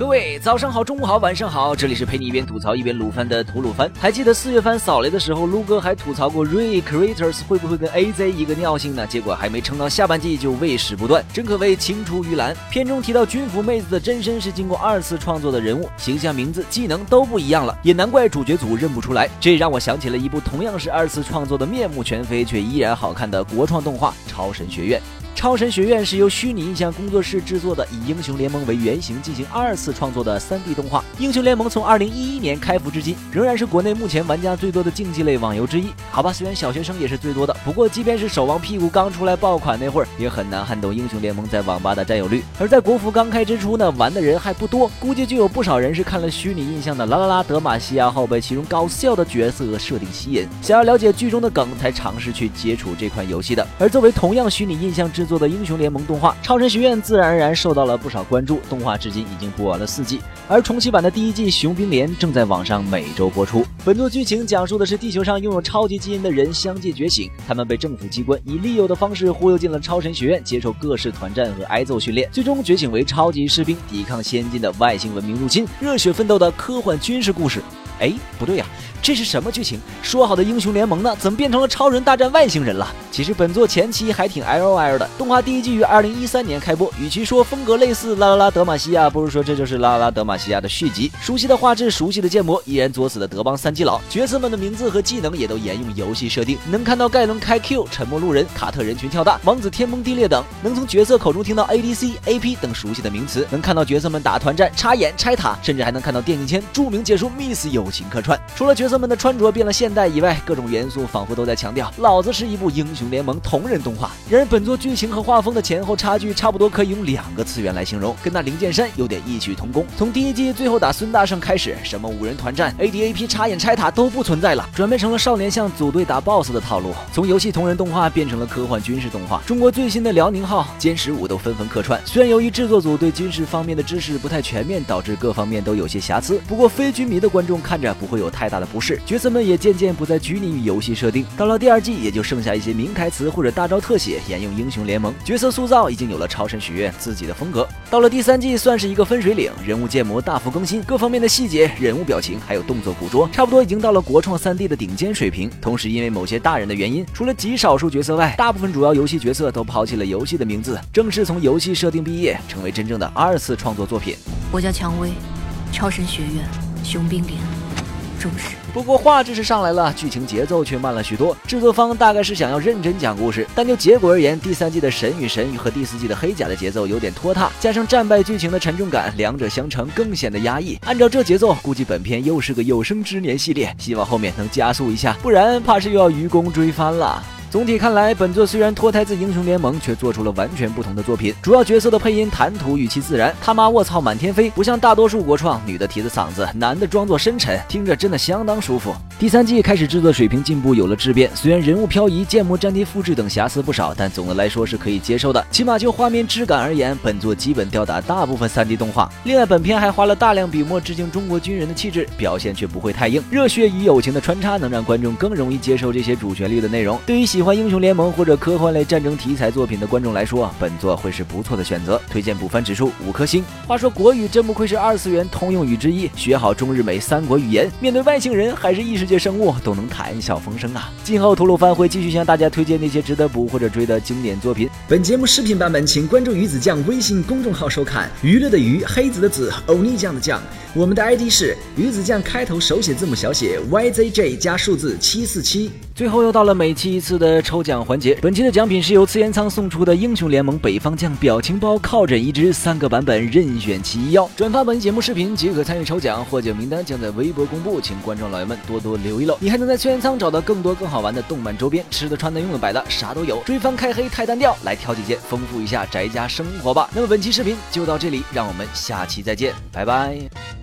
各位早上好，中午好，晚上好，这里是陪你一边吐槽一边撸番的吐鲁番。还记得4月番扫雷的时候，撸哥还吐槽过 Ray Creators 会不会跟 AZ 一个尿性呢？结果还没撑到下半季就喂食不断，真可谓青出于蓝。片中提到军服妹子的真身是经过2次创作的人物，形象、名字、技能都不一样了，也难怪主角组认不出来。这让我想起了一部同样是2次创作的面目全非却依然好看的国创动画《超神学院》。超神学院是由虚拟印象工作室制作的，以英雄联盟为原型进行2次创作的3D 动画。英雄联盟从2011年开服至今，仍然是国内目前玩家最多的竞技类网游之一。好吧，虽然小学生也是最多的，不过即便是守望屁股刚出来爆款那会儿，也很难撼动英雄联盟在网吧的占有率。而在国服刚开之初呢，玩的人还不多，估计就有不少人是看了虚拟印象的啦啦啦德玛西亚后被其中搞笑的角色设定吸引，想要了解剧中的梗才尝试去接触这款游戏的。而作为同样虚拟印象制作的英雄联盟动画《超神学院》自然而然受到了不少关注，动画至今已经播完了4季，而重启版的第1季雄兵连正在网上每周播出。本作剧情讲述的是地球上拥有超级基因的人相继觉醒，他们被政府机关以利诱的方式忽悠进了超神学院，接受各式团战和挨揍训练，最终觉醒为超级士兵，抵抗先进的外星文明入侵，热血奋斗的科幻军事故事。哎，不对呀，这是什么剧情？说好的英雄联盟呢？怎么变成了超人大战外星人了？其实本作前期还挺 LOL 的，动画第1季于2013年开播，与其说风格类似啦啦啦德玛西亚，不如说这就是啦啦啦德玛西亚的续集。熟悉的画质，熟悉的建模，依然作死的德邦3基佬，角色们的名字和技能也都沿用游戏设定，能看到盖伦开 Q、沉默路人、卡特人群跳大、王子天崩地裂等，能从角色口中听到 ADC、AP 等熟悉的名词，能看到角色们打团战、插眼、拆塔，甚至还能看到电竞签著名解说 Miss 友情客串。除了角色们的穿着变了现代以外，各种元素仿佛都在强调老子是一部英雄联盟同人动画。然而本作剧情和画风的前后差距差不多可以用2个次元来形容，跟那灵剑山有点异曲同工。从第1季最后打孙大圣开始，什么5人团战、ADAP 插眼拆塔都不存在了，转变成了少年向组队打 BOSS 的套路。从游戏同人动画变成了科幻军事动画，中国最新的辽宁号、歼15都纷纷客串。虽然由于制作组对军事方面的知识不太全面，导致各方面都有些瑕疵，不过非军迷的观众看着不会有太大的不适，角色们也渐渐不再拘泥于游戏设定。到了第2季，也就剩下一些名台词或者大招特写沿用英雄联盟，角色塑造已经有了超神学院自己的风格。到了第3季，算是一个分水岭，人物建模大幅更新，各方面的细节、人物表情还有动作捕捉，差不多已经到了国创3D 的顶尖水平。同时因为某些大人的原因，除了极少数角色外，大部分主要游戏角色都抛弃了游戏的名字，正式从游戏设定毕业，成为真正的2次创作作品。 我叫蔷薇，超神学院雄兵连重视。 不过画质是上来了，剧情节奏却慢了许多。制作方大概是想要认真讲故事，但就结果而言，第3季的神与神和第4季的黑甲的节奏有点拖沓，加上战败剧情的沉重感，两者相乘更显得压抑。按照这节奏，估计本片又是个有生之年系列，希望后面能加速一下，不然怕是又要愚公追番了。总体看来，本作虽然脱胎自英雄联盟，却做出了完全不同的作品。主要角色的配音谈吐语气自然，他妈卧槽满天飞，不像大多数国创，女的提着嗓子，男的装作深沉，听着真的相当舒服。第3季开始制作水平进步有了质变，虽然人物漂移、建模粘贴复制等瑕疵不少，但总的来说是可以接受的。起码就画面质感而言，本作基本吊打大部分3D 动画。另外，本片还花了大量笔墨致敬中国军人的气质，表现却不会太硬，热血与友情的穿插能让观众更容易接受这些主旋律的内容。对于喜欢英雄联盟或者科幻类战争题材作品的观众来说，本作会是不错的选择，推荐补番指数5颗星。话说国语真不愧是2次元通用语之一，学好中日美3国语言，面对外星人还是异世界生物都能谈笑风生啊！今后吐鲁番会继续向大家推荐那些值得补或者追的经典作品。 本节目视频版本请关注鱼子酱微信公众号收看，娱乐的娱，黑子的子，欧尼酱的酱。我们的 ID 是鱼子酱开头手写字母小写 YZJ 加数字747。 最后又到了每期一次的抽奖环节，本期的奖品是由次元仓送出的英雄联盟北方将表情包靠枕1只，3个版本任选其一哟。转发本节目视频即可参与抽奖，获奖名单将在微博公布，请观众老爷们多多留意喽。你还能在次元仓找到更多更好玩的动漫周边，吃的穿的用的摆的啥都有。追番开黑太单调，来挑几件丰富一下宅家生活吧。那么本期视频就到这里，让我们下期再见，拜拜。